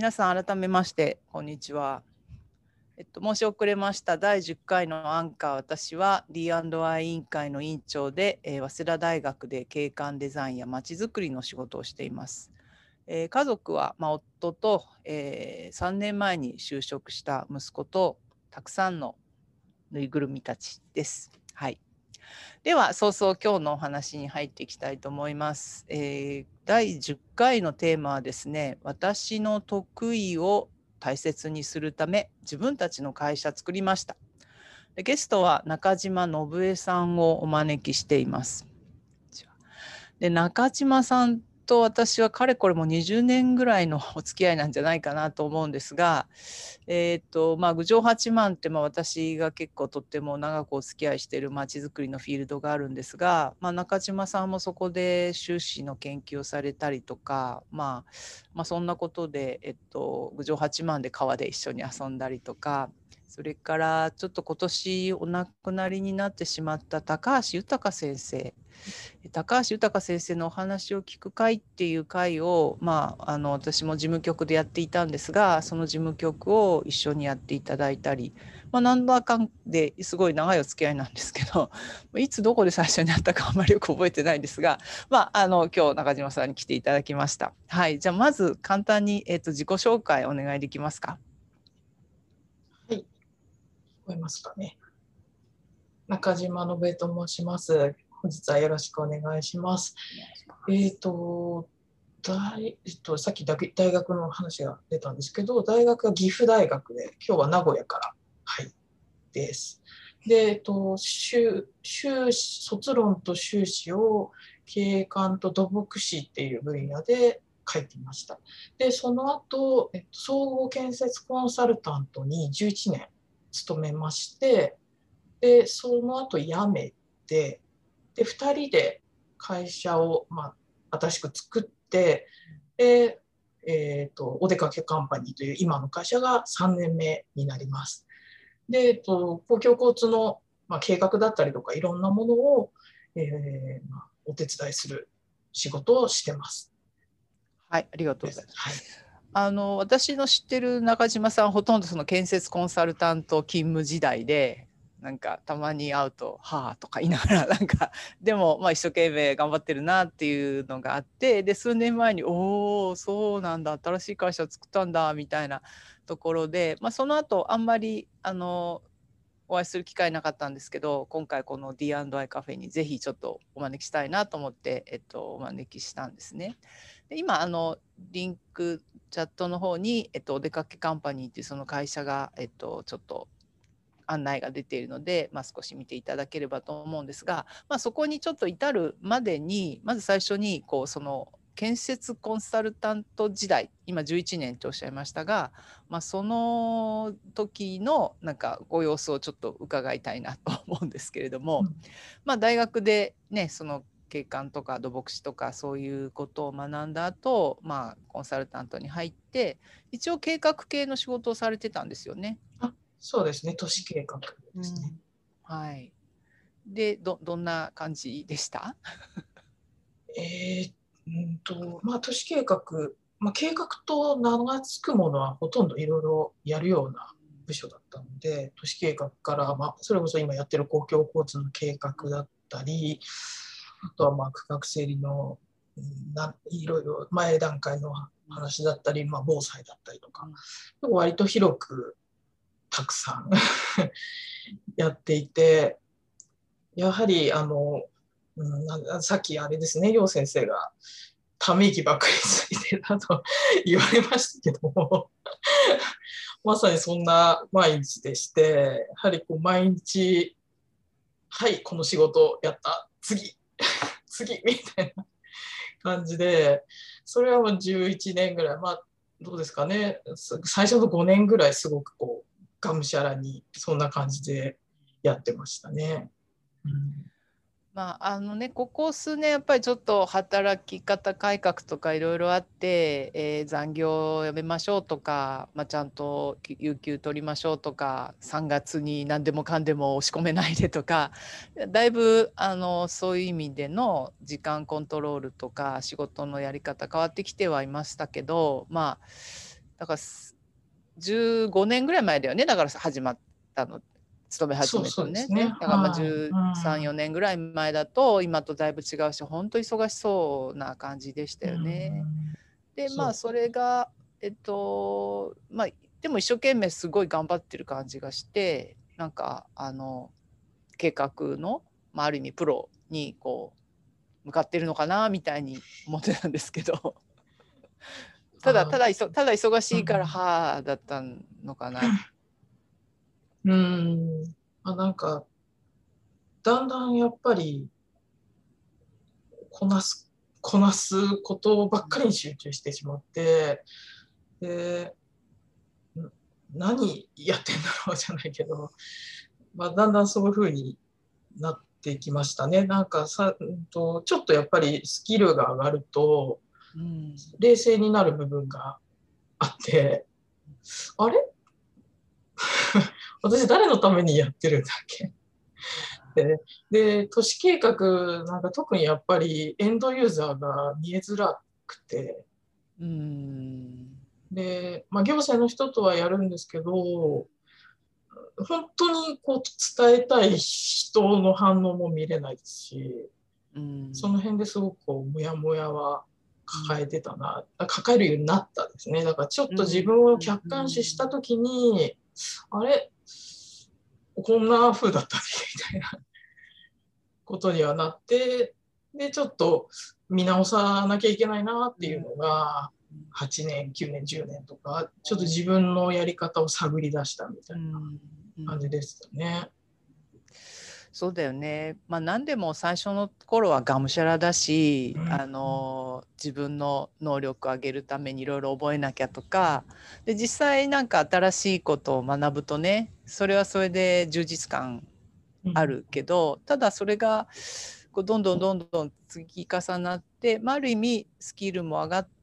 皆さん改めましてこんにちは。申し遅れました。第10回のアンカー、私は D&I 委員会の委員長で、早稲田大学で景観デザインやまちづくりの仕事をしています。家族は、夫と、3年前に就職した息子とたくさんのぬいぐるみたちです。はい。では早々今日のお話に入っていきたいと思います。第10回のテーマはですね、私の得意を大切にするため自分たちの会社作りました。でゲストは中島信江さんをお招きしています。で中島さんと私はかれこれも20年ぐらいのお付き合いなんじゃないかなと思うんですが、郡上八幡って私が結構とっても長くお付き合いしているまちづくりのフィールドがあるんですが、中島さんもそこで修士の研究をされたりとか、そんなことで、郡上八幡で川で一緒に遊んだりとか、それからちょっと今年お亡くなりになってしまった高橋豊先生のお話を聞く会っていう会を、私も事務局でやっていたんですが、その事務局を一緒にやっていただいたり、なんだかんですごい長いお付き合いなんですけど、いつどこで最初に会ったかあんまりよく覚えてないんですが、今日中島さんに来ていただきました。はい、じゃあまず簡単に、自己紹介お願いできますか。 はい、聞こえますかね。中島信江と申します。本日はよろしくお願いします。さっき大学の話が出たんですけど、大学は岐阜大学で、今日は名古屋から、はい、です。で、卒論と修士を景観と土木史っていう分野で書いていました。で、その後、総合建設コンサルタントに11年勤めまして、で、その後辞めて、で、2人で会社を、新しく作って、で、お出かけカンパニーという今の会社が3年目になります。で、公共交通の、計画だったりとかいろんなものを、お手伝いする仕事をしてます。 はい、ありがとうございます。はい、私の知ってる中島さんほとんどその建設コンサルタント勤務時代で、なんかたまに会うと「はあ」とか言いながらなんかでも一生懸命頑張ってるなっていうのがあって、で数年前に「おおそうなんだ、新しい会社作ったんだ」みたいなところで、その後あんまりお会いする機会なかったんですけど、今回この D&I カフェにぜひちょっとお招きしたいなと思って、お招きしたんですね。で今リンクチャットの方に、お出かけカンパニーっていうその会社が、ちょっと案内が出ているので、少し見ていただければと思うんですが、そこにちょっと至るまでにまず最初にその建設コンサルタント時代、今11年とおっしゃいましたが、その時のなんかご様子をちょっと伺いたいなと思うんですけれども、大学でねその景観とか土木史とかそういうことを学んだ後、コンサルタントに入って一応計画系の仕事をされてたんですよね。 そうですね、都市計画ですね。 はい。でどんな感じでした？ 都市計画、計画と名が付くものはほとんどいろいろやるような部署だったので、都市計画から、それこそ今やってる公共交通の計画だったり、あとは区画整理のいろいろ前段階の話だったり、防災だったりとか、割と広くたくさんやっていて、やはりさっきあれですね、楊先生がため息ばっかりついてたと言われましたけどもまさにそんな毎日でして、やはり毎日、はい、この仕事やった、次次みたいな感じで、それはもう11年ぐらい、どうですかね、最初の5年ぐらいすごくがむしゃらにそんな感じでやってましたね。 ここ数年やっぱりちょっと働き方改革とかいろいろあって、残業をやめましょうとか、ちゃんと有給取りましょうとか、3月に何でもかんでも押し込めないでとか、だいぶそういう意味での時間コントロールとか仕事のやり方変わってきてはいましたけど、 だから15年ぐらい前だよね。だから始まったの、勤め始めたのね。だからまあ13、4年ぐらい前だと今とだいぶ違うし、本当忙しそうな感じでしたよね。でまあそれがまあでも一生懸命すごい頑張ってる感じがして、なんか計画の、まあ、ある意味プロにこう向かってるのかなみたいに思ってたんですけどただ忙しいからはあだったのかな。 なんかだんだんやっぱりこなすことばっかりに集中してしまって、で何やってんだろうじゃないけど、まあ、だんだんそういう風になってきましたね。なんかちょっとやっぱりスキルが上がると、冷静になる部分があって、あれ私誰のためにやってるんだっけで、都市計画なんか特にやっぱりエンドユーザーが見えづらくて、で、まあ、行政の人とはやるんですけど、本当にこう伝えたい人の反応も見れないですし、その辺ですごくこうモヤモヤは抱えてたな、抱えるようになったですね。だからちょっと自分を客観視した時に、あれこんな風だったみたいなことにはなって、でちょっと見直さなきゃいけないなっていうのが、8年9年10年とかちょっと自分のやり方を探り出したみたいな感じでしたね。 そうだよね。まあ何でも最初の頃はがむしゃらだし、自分の能力を上げるためにいろいろ覚えなきゃとかで、実際なんか新しいことを学ぶとね、それはそれで充実感あるけど、ただそれがこうどんどん積み重なって、まあ、ある意味スキルも上がって、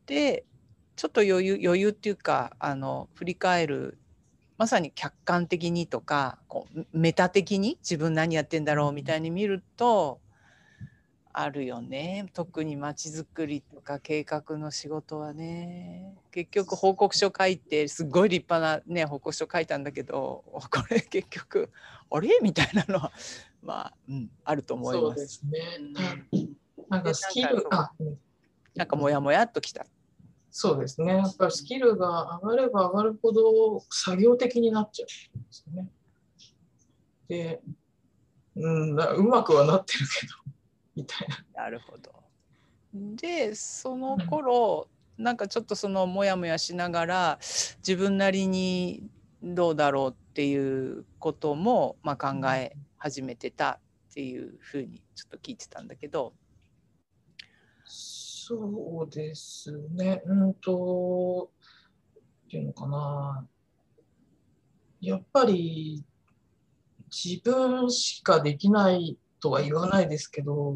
ちょっと余裕っていうか振り返る、まさに客観的にとかこうメタ的に自分何やってんだろうみたいに見るとあるよね。特にまちづくりとか計画の仕事はね、結局報告書書いてすごい立派な、ね、報告書書いたんだけど、これ結局あれみたいなのはまあ、あると思います。 そうですね。なんかスキルなんかモヤモヤっときた。 そうですね。やっぱりスキルが上がれば上がるほど作業的になっちゃうんですよね。で、うまくはなってるけど、みたいな。 なるほど。で、その頃、なんかちょっとそのモヤモヤしながら自分なりにどうだろうっていうことも、まあ、考え始めてたっていうふうにちょっと聞いてたんだけど。 そうですね。っていうのかな。やっぱり自分しかできないとは言わないですけど、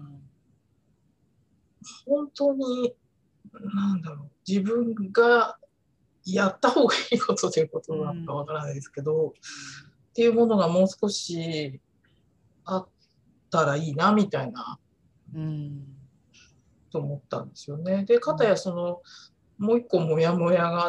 本当に、なんだろう、自分がやった方がいいことということなのかわからないですけど、っていうものがもう少しあったらいいなみたいな、と思ったんですよね。で、かたやその、もう一個モヤモヤがあって、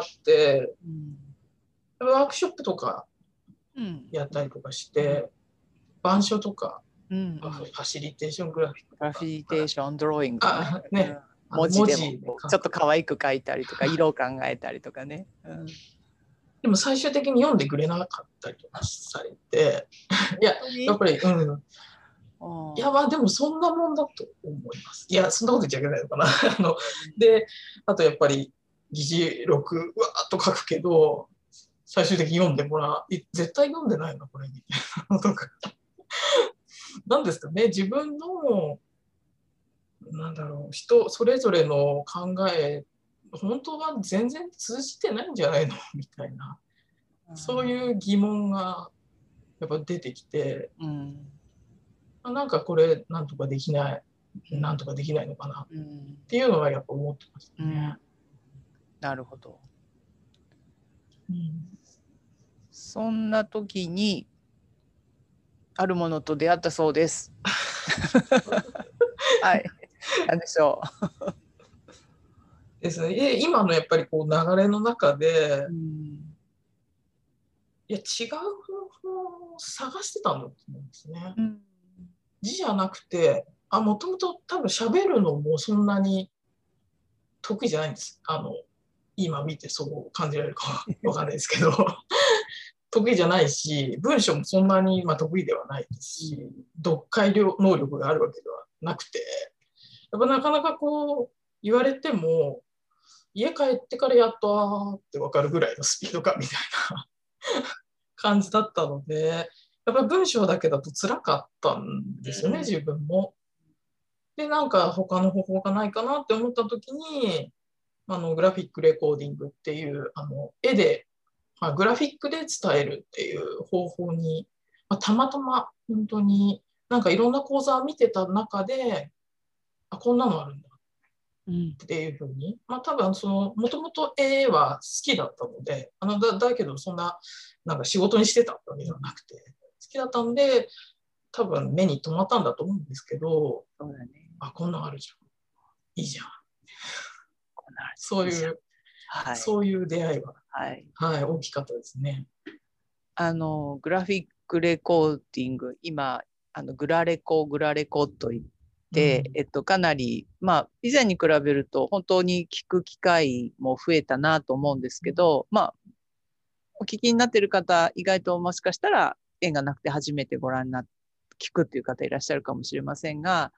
ワークショップとかやったりとかして、板書とか、ファシリテーショングラフィックとか。 ファシリテーションドローイングね。 文字でもちょっと可愛く書いたりとか、色を考えたりとかね。 でも最終的に読んでくれなかったりとかされて、いや、やっぱり、いや、まあでもそんなもんだと思います。いや、そんなこと言っちゃいけないのかな。で、あとやっぱり議事録、わーっと書くけど、最終的に読んでもらう、絶対読んでないの、これみたいなのとか。なんですかね、自分の、なんだろう、人それぞれの考え、本当は全然通じてないんじゃないのみたいな、そういう疑問がやっぱ出てきて、なんかこれなんとかできない、なんとかできないのかなっていうのはやっぱ思ってますね。 なるほど。そんな時にあるものと出会ったそうです。はい。何でしょう。 ですね。今のやっぱりこう流れの中で、いや違う方法を探してたんだと思うんですね。字じゃなくて、もともと多分喋るのもそんなに得意じゃないんです。今見てそう感じられるかわかんないですけど得意じゃないし、文章もそんなに得意ではないですし、読解能力があるわけではなくて、やっぱなかなかこう言われても、家帰ってからやっとって分かるぐらいのスピード感みたいな感じだったので、やっぱり文章だけだと辛かったんですよね、自分も。で、なんか他の方法がないかなって思った時に、グラフィックレコーディングっていう、絵で、グラフィックで伝えるっていう方法に、たまたま本当になんかいろんな講座を見てた中で、こんなのあるんだっていうふうに、多分もともと絵は好きだったので、だけどそんな、なんか仕事にしてたわけではなくて、好きだったんで、多分目に留まったんだと思うんですけど、 そうだね。 こんなのあるじゃん。いいじゃん。 そういう、 そういう出会いは、大きかったですね。 グラフィックレコーディング、今、グラレコといって、かなり、以前に比べると本当に聞く機会も増えたなと思うんですけど、お聞きになっている方、意外ともしかしたら縁がなくて初めてご覧になって、聞くっていう方いらっしゃるかもしれませんが、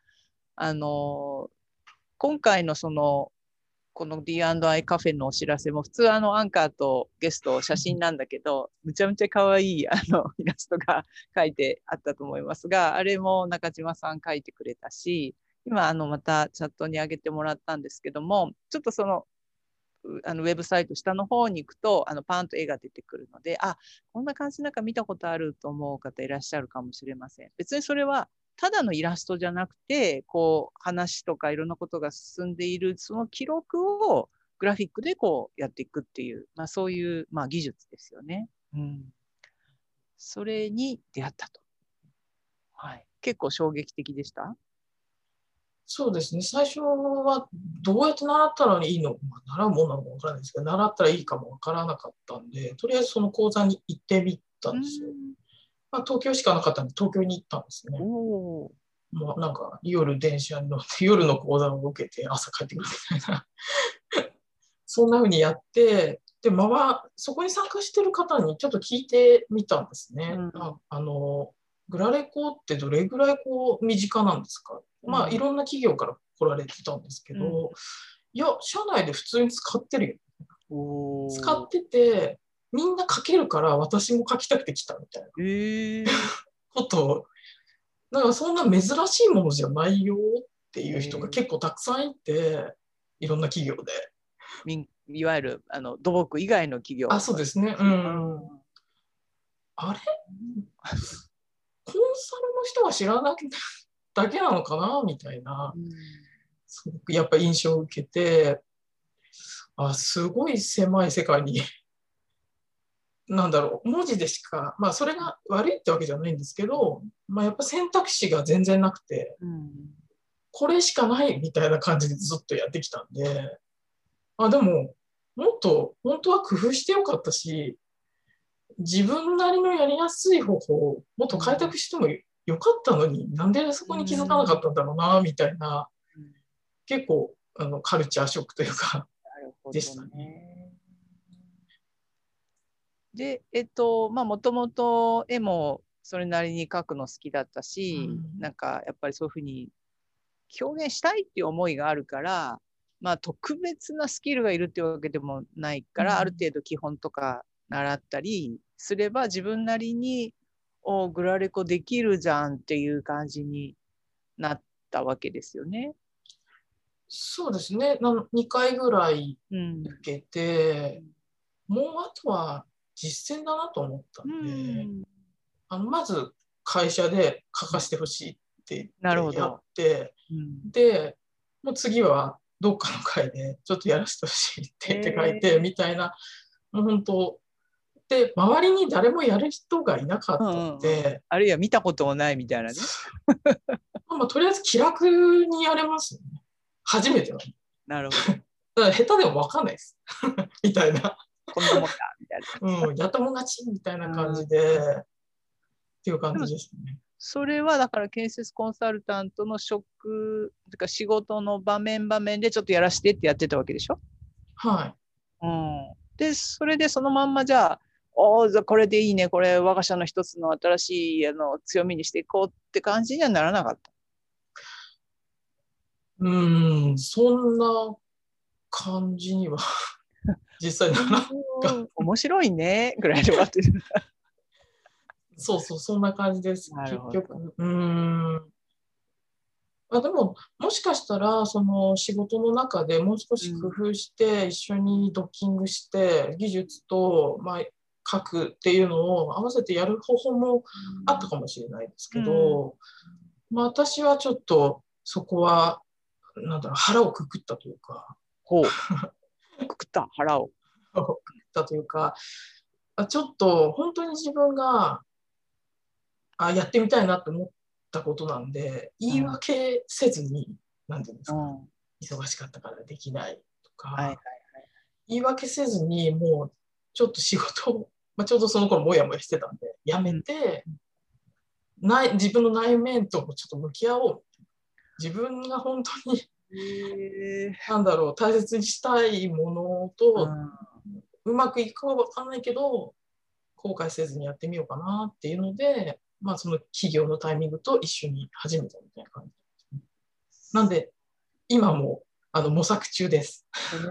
今回のこの D&I カフェのお知らせも、普通アンカーとゲスト写真なんだけど、むちゃむちゃ可愛いイラストが書いてあったと思いますが、あれも中島さん書いてくれたし、今またチャットに上げてもらったんですけども、ちょっとウェブサイト下の方に行くとパンと絵が出てくるので、こんな感じなんか見たことあると思う方いらっしゃるかもしれません。別にそれはただのイラストじゃなくて、こう話とかいろんなことが進んでいるその記録をグラフィックでこうやっていくっていう、そういう、技術ですよね。それに出会ったと。結構衝撃的でした？ そうですね。最初はどうやって習ったらいいの、習うものなのかわからないですけど、習ったらいいかもわからなかったんで、とりあえずその講座に行ってみたんですよ。東京しかなかったんで、東京に行ったんですね。なんか夜電車に乗って夜の講座を受けて朝帰ってくるみたいなそんな風にやって、で、そこに参加してる方にちょっと聞いてみたんですね。グラレコってどれぐらい身近なんですか？いろんな企業から来られてたんですけど、いや、社内で普通に使ってるよ。使ってて、みんな書けるから私も書きたくて来たみたいなことを、だからそんな珍しいものじゃないよっていう人が結構たくさんいて、いろんな企業で。 いわゆる土木以外の企業。 そうですね。あれコンサルの人は知らなくだけなのかなみたいな、すごくやっぱ印象を受けて、すごい狭い世界になんだろう、文字でしか、それが悪いってわけじゃないんですけど、やっぱ選択肢が全然なくて、これしかないみたいな感じでずっとやってきたんで、でも、もっと本当は工夫してよかったし、自分なりのやりやすい方法をもっと開拓してもよかったのに、なんでそこに気づかなかったんだろうな、みたいな、結構カルチャーショックというか、でしたね。 で、もともと絵もそれなりに描くの好きだったし、なんかやっぱりそういうふうに表現したいっていう思いがあるから、特別なスキルがいるっていうわけでもないから、ある程度基本とか習ったりすれば自分なりにグラレコできるじゃんっていう感じになったわけですよね。 そうですね。2回ぐらい受けて、もうあとは実践だなと思ったんで、まず会社で書かせてほしいって言ってやって、で、もう次はどっかの会でちょっとやらせてほしいって言って書いてみたいな、もう本当、で、周りに誰もやる人がいなかったので、 あるいは見たこともないみたいなね。 とりあえず気楽にやれますよね。初めては。 なるほど。 だから下手でも分かんないですみたいな、 こんなもんかみたいな。 やったもん勝ちみたいな感じで、っていう感じですね。 それはだから建設コンサルタントのてか仕事の場面場面でちょっとやらせてってやってたわけでしょ。 はい。 うん。で、それでそのまんまじゃあ、じゃあこれでいいね、これ我が社の一つの新しい強みにしていこうって感じにはならなかった。 そんな感じには実際ならなかった。 面白いね、ぐらいで終わってる。 そうそう、そんな感じです。結なるほど。 局。でも、もしかしたら、その仕事の中でもう少し工夫して、一緒にドッキングして、技術と、書くっていうのを合わせてやる方法もあったかもしれないですけど、私はちょっとそこは、なんだろう、腹をくくったというか、 ほう。くくった腹を。 腹をくくったというか、ちょっと本当に自分がやってみたいなと思ったことなんで、言い訳せずに、なんていうんですか、忙しかったからできないとか、 はいはいはい。 言い訳せずに、もうちょっと仕事を、ちょうどその頃もやもやしてたんで、やめて、自分の内面ともちょっと向き合おう。自分が本当に、なんだろう、大切にしたいものと、うまくいくかは分かんないけど、後悔せずにやってみようかなっていうので、その企業のタイミングと一緒に始めたみたいな感じですね。なんで、今も模索中です。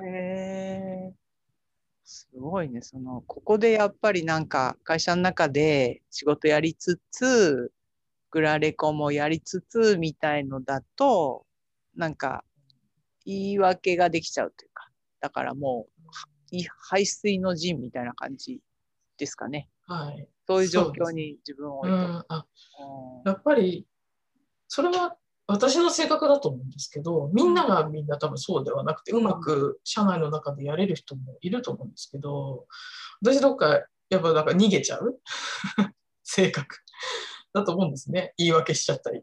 すごいね。ここでやっぱりなんか会社の中で仕事やりつつ、グラレコもやりつつみたいのだと、なんか言い訳ができちゃうというか、だからもう排水の陣みたいな感じですかね。 はい。 そういう状そうですね。 況に自分を置いと。 やっぱり、それは私の性格だと思うんですけど、みんながみんな多分そうではなくて、うまく社内の中でやれる人もいると思うんですけど、私どっかやっぱなんか逃げちゃう性格だと思うんですね。言い訳しちゃったり。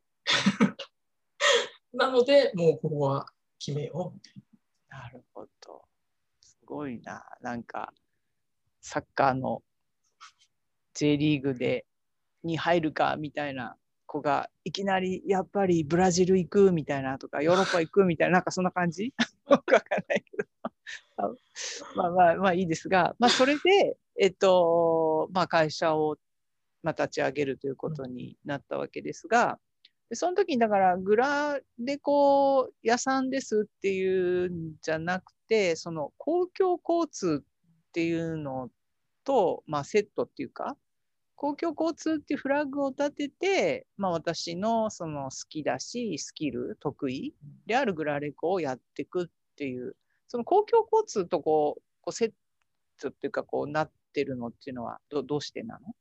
なので、もうここは決めようみたいな。なるほど。すごいな。なんか、サッカーの J リーグに入るかみたいな子がいきなりやっぱりブラジル行くみたいなとかヨーロッパ行くみたいななんかそんな感じわかんないけどまあいいですが、それで会社を立ち上げるということになったわけですが、その時にだからグラレコ屋さんですっていうんじゃなくて、その公共交通っていうのと、セットっていうか、公共交通っていうフラッグを立てて、私のその好きだし、スキル、得意であるグラレコをやっていくっていう、その公共交通とセットっていうか、なってるのっていうのはどうしてなの？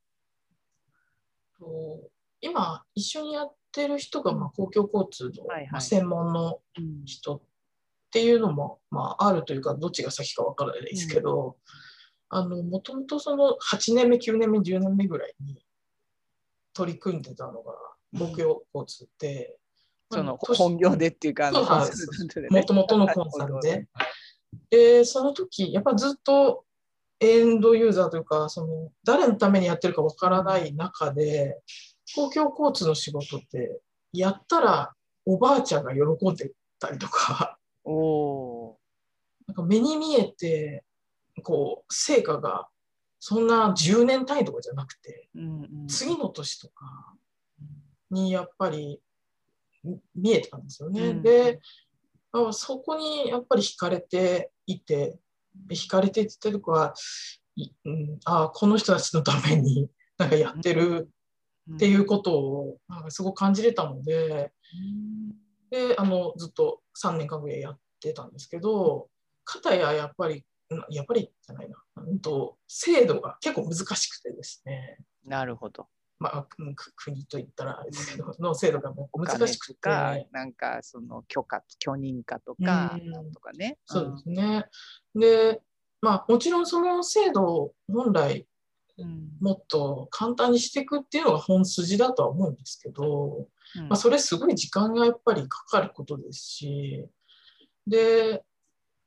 今、一緒にやってる人が公共交通の専門の人っていうのもあるというか、どっちが先かわからないですけど、もともとその8年目、9年目、10年目ぐらいに取り組んでたのが公共交通で、 その本業でっていうか、 もともとのコンサルで。で、その時、やっぱずっとエンドユーザーというか、誰のためにやってるかわからない中で、公共交通の仕事って、やったらおばあちゃんが喜んでたりとか、なんか目に見えて、成果がそんな10年単位とかじゃなくて、次の年とかにやっぱり見えたんですよね。で、そこにやっぱり惹かれていて、惹かれていってる子は、この人たちのためになんかやってるっていうことをすごく感じれたので、で、ずっと3年間ぐらいやってたんですけど、片ややっぱりじゃないな、制度が結構難しくてですね。 なるほど。 国といったらあれですけど、の制度が難しくて。 なんかその許認可とか、なんとかね。 そうですね。で、もちろんその制度を本来もっと簡単にしていくっていうのが本筋だとは思うんですけど、それすごい時間がやっぱりかかることですし、で、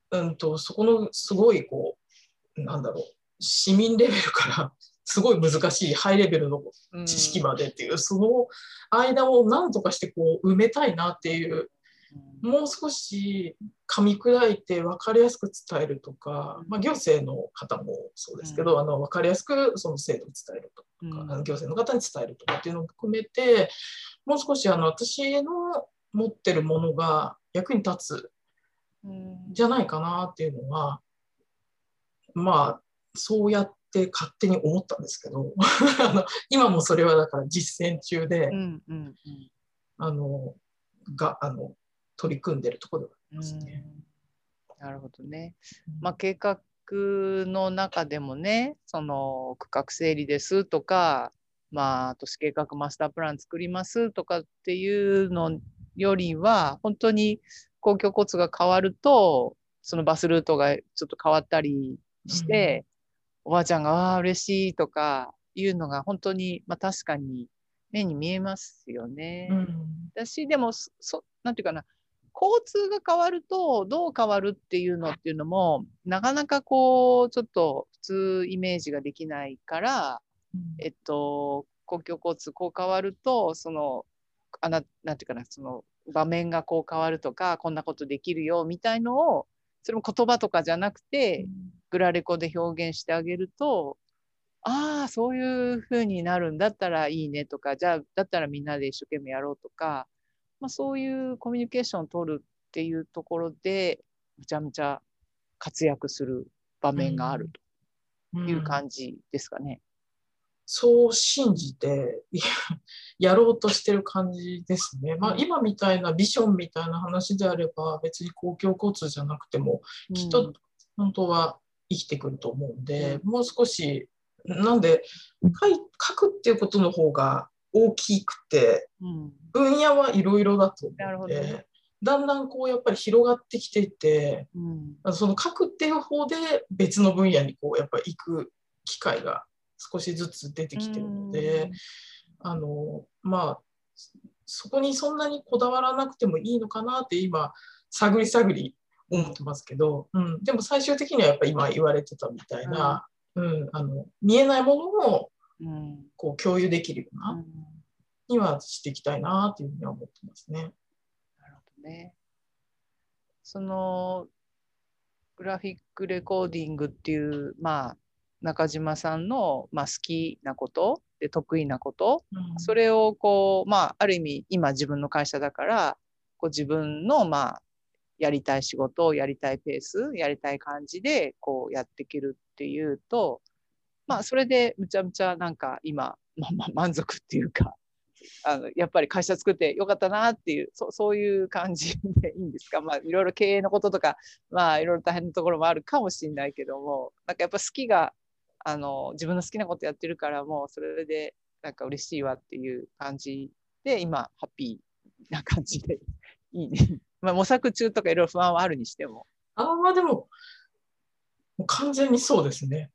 そこのすごいこうなんだろう、市民レベルからすごい難しいハイレベルの知識までっていう、その間を何とかしてこう埋めたいなっていう、もう少し噛み砕いて分かりやすく伝えるとか、まあ、行政の方もそうですけど、分かりやすくその制度を伝えるとか、行政の方に伝えるとかっていうのを含めて、もう少し私の持ってるものが役に立つじゃないかなっていうのは、まあそうやって勝手に思ったんですけど今もそれはだから実践中で、あの取り組んでるところではありますね。 なるほどね。まあ、計画の中でもね、その区画整理ですとか、まあ、都市計画マスタープラン作りますとかっていうのよりは、本当に公共交通が変わると、そのバスルートがちょっと変わったりして、おばあちゃんが、ああ、嬉しいとかいうのが本当に、まあ確かに目に見えますよね。私、でも、なんていうかな、交通が変わるとどう変わるっていうのっていうのも、なかなかこう、ちょっと普通イメージができないから、公共交通こう変わると、なんていうかな、その場面がこう変わるとか、こんなことできるよみたいのを、それも言葉とかじゃなくて、グラレコで表現してあげると、ああ、そういうふうになるんだったらいいねとか、じゃあ、だったらみんなで一生懸命やろうとか、まあ、そういうコミュニケーションを取るっていうところで、むちゃむちゃ活躍する場面があるという感じですかね。 そう信じてやろうとしてる感じですね。まあ、今みたいなビジョンみたいな話であれば別に公共交通じゃなくてもきっと本当は生きてくると思うんで、もう少しなんで書くっていうことの方が大きくて、分野はいろいろだと思うので、だんだんこうやっぱり広がってきていて、その書くっていう方で別の分野にこうやっぱり行く機会が少しずつ出てきてるので、まあそこにそんなにこだわらなくてもいいのかなって今探り思ってますけど、でも最終的にはやっぱ今言われてたみたいな、見えないものをこう共有できるような、にはしていきたいなっていうふうには思ってますね。 なるほどね。そのグラフィックレコーディングっていう、まあ、中島さんの、まあ、好きなことで得意なこと、それをこう、まあ、ある意味今自分の会社だからこう自分の、まあ、やりたい仕事をやりたいペースやりたい感じでこうやっていけるっていうと、まあ、それでむちゃむちゃなんか今、まあ、満足っていうかやっぱり会社作ってよかったなっていう、そういう感じでいいんですか。まあ、いろいろ経営のこととか、まあ、いろいろ大変なところもあるかもしれないけども、なんかやっぱ好きが、自分の好きなことやってるから、もうそれで、なんか嬉しいわっていう感じで、今、ハッピーな感じでいいね。まあ、模索中とかいろいろ不安はあるにしても。 まあでも、完全にそうですね。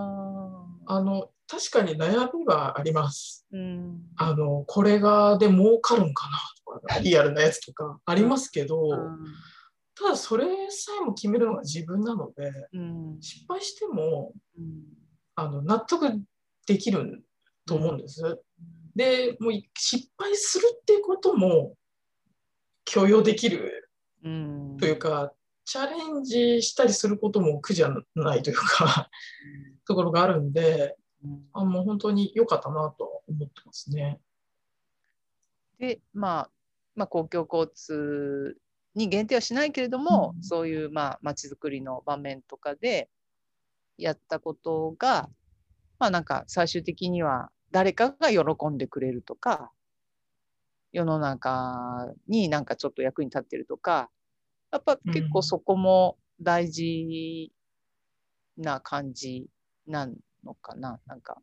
確かに悩みはあります。これがで儲かるんかなとか、リアルなやつとかありますけど、ただそれさえも決めるのが自分なので、失敗しても、納得できると思うんです。で、もう失敗するっていうことも許容できるというか、チャレンジしたりすることも苦じゃないというかところがあるんで、もう本当に良かったなと思ってますね。 で、まあ、公共交通に限定はしないけれども、そういうまちづくりの場面とかでやったことが、まあなんか最終的には誰かが喜んでくれるとか、世の中になんかちょっと役に立ってるとか、やっぱ結構そこも大事な感じなのかな、なんか。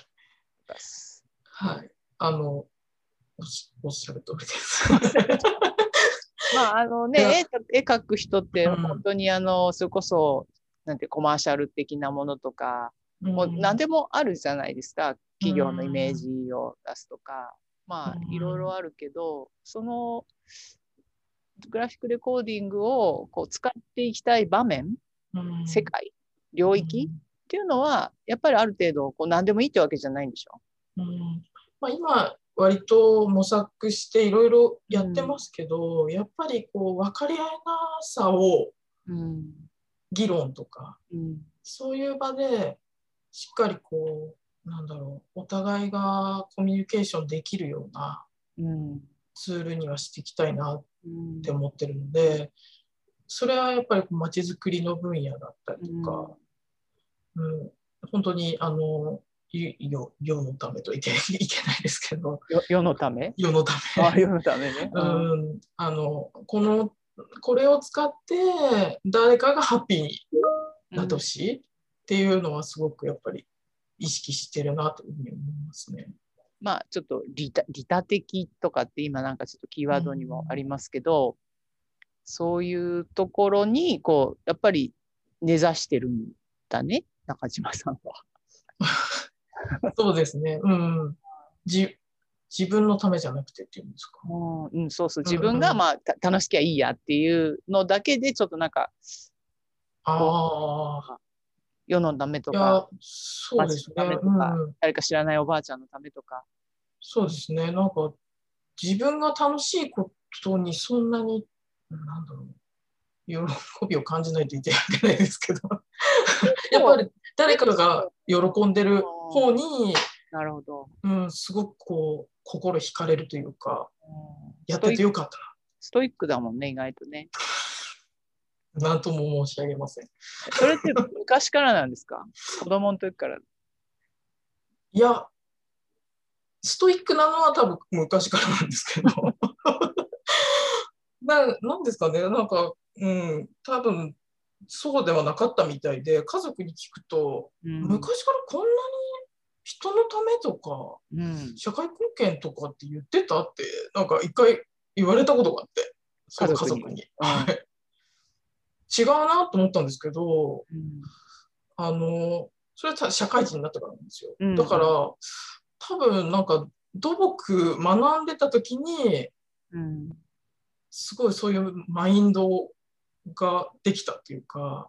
はい。おっしゃる通りです。 まあね、絵描く人って本当にそれこそなんてコマーシャル的なものとか、もう何でもあるじゃないですか。企業のイメージを出すとか、まあいろいろあるけど、 グラフィックレコーディングをこう使っていきたい場面、世界、領域っていうのは、やっぱりある程度こう何でもいいってわけじゃないんでしょ。 まあ、今割と模索していろいろやってますけど、やっぱりこう分かり合えなさを議論とか、そういう場でしっかりこうなんだろう、お互いがコミュニケーションできるようなツールにはしていきたいなって思ってるので、それはやっぱりまちづくりの分野だったりとか、本当に世のためといけないですけど、 世のため世のため世のためね、 これを使って誰かがハッピーになってほしいっていうのはすごくやっぱり意識してるなというふうに思いますね。 まあちょっと利他的とかって今なんかちょっとキーワードにもありますけど、そういうところにこうやっぱり根ざしてるんだね、中島さんは。 そうですね。自分のためじゃなくてっていうんですか。 そうそう。自分がまあ楽しきゃいいやっていうのだけでちょっとなんか、世のためとか、 そうですね。 誰か知らないおばあちゃんのためとか。 そうですね。なんか自分が楽しいことにそんなになんだろう、喜びを感じないといけないですけどやっぱり誰かが喜んでる方に、 なるほど、 すごくこう心惹かれるというか、やっててよかったな。 ストイックだもんね、意外とね。 なんとも申し上げません。 それって昔からなんですか？子供の時から。 いや、ストイックなのは多分昔からなんですけどなんですかね、なんか、多分そうではなかったみたいで、家族に聞くと、昔からこんなに人のためとか、社会貢献とかって言ってたって、なんか一回言われたことがあって、その家族に。違うなと思ったんですけど、それは社会人になったからなんですよ。だから、多分なんか土木学んでた時に、すごいそういうマインドができたっていうか、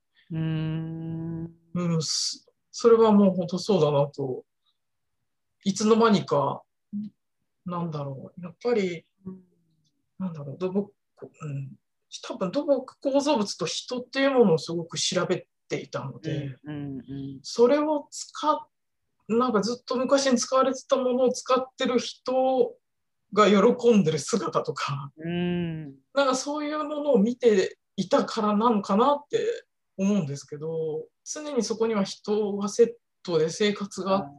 それはもう本当そうだなと、いつの間にか、なんだろう、やっぱり、なんだろう、多分土木構造物と人っていうものをすごく調べていたので、それをなんかずっと昔に使われてたものを使ってる人が喜んでる姿とか、なんかそういうものを見ていたからなのかなって思うんですけど、常にそこには人がセットで生活があって、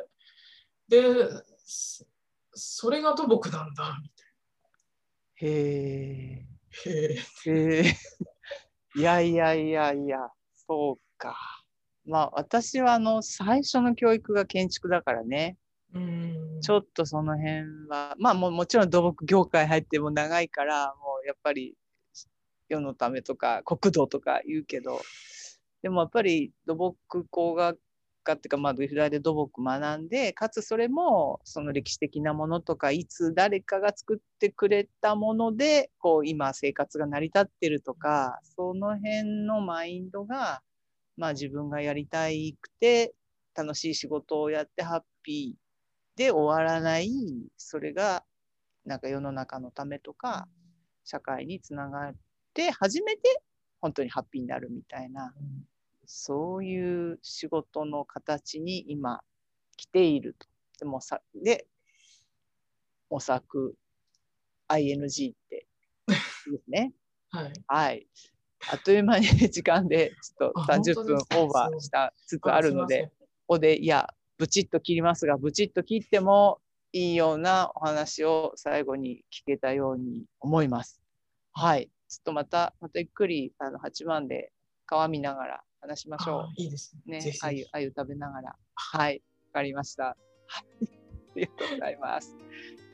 で、それが土木なんだみたいな。 へえ。いやいやいやいや、そうか。まあ私は最初の教育が建築だからね。ちょっとその辺は、まあもちろん土木業界入っても長いから、もうやっぱり世のためとか国土とか言うけど、でもやっぱり土木工学科っていうか、まあ美大で土木学んで、かつそれもその歴史的なものとか、いつ誰かが作ってくれたもので、こう今生活が成り立ってるとか、その辺のマインドが、まあ自分がやりたくて楽しい仕事をやってハッピーで終わらない、それがなんか世の中のためとか社会につながって初めて本当にハッピーになるみたいな、そういう仕事の形に今来ていると。で模索 ING ってですね。はい。あっという間に時間でちょっと30分オーバーしたつつあるので、ここでブチッと切りますが、ブチッと切ってもいいようなお話を最後に聞けたように思います。はい。ちょっとまたゆっくり8番で川見ながら話しましょう。 いいですね。 鮎食べながら。はい。わかりました。ありがとうございます。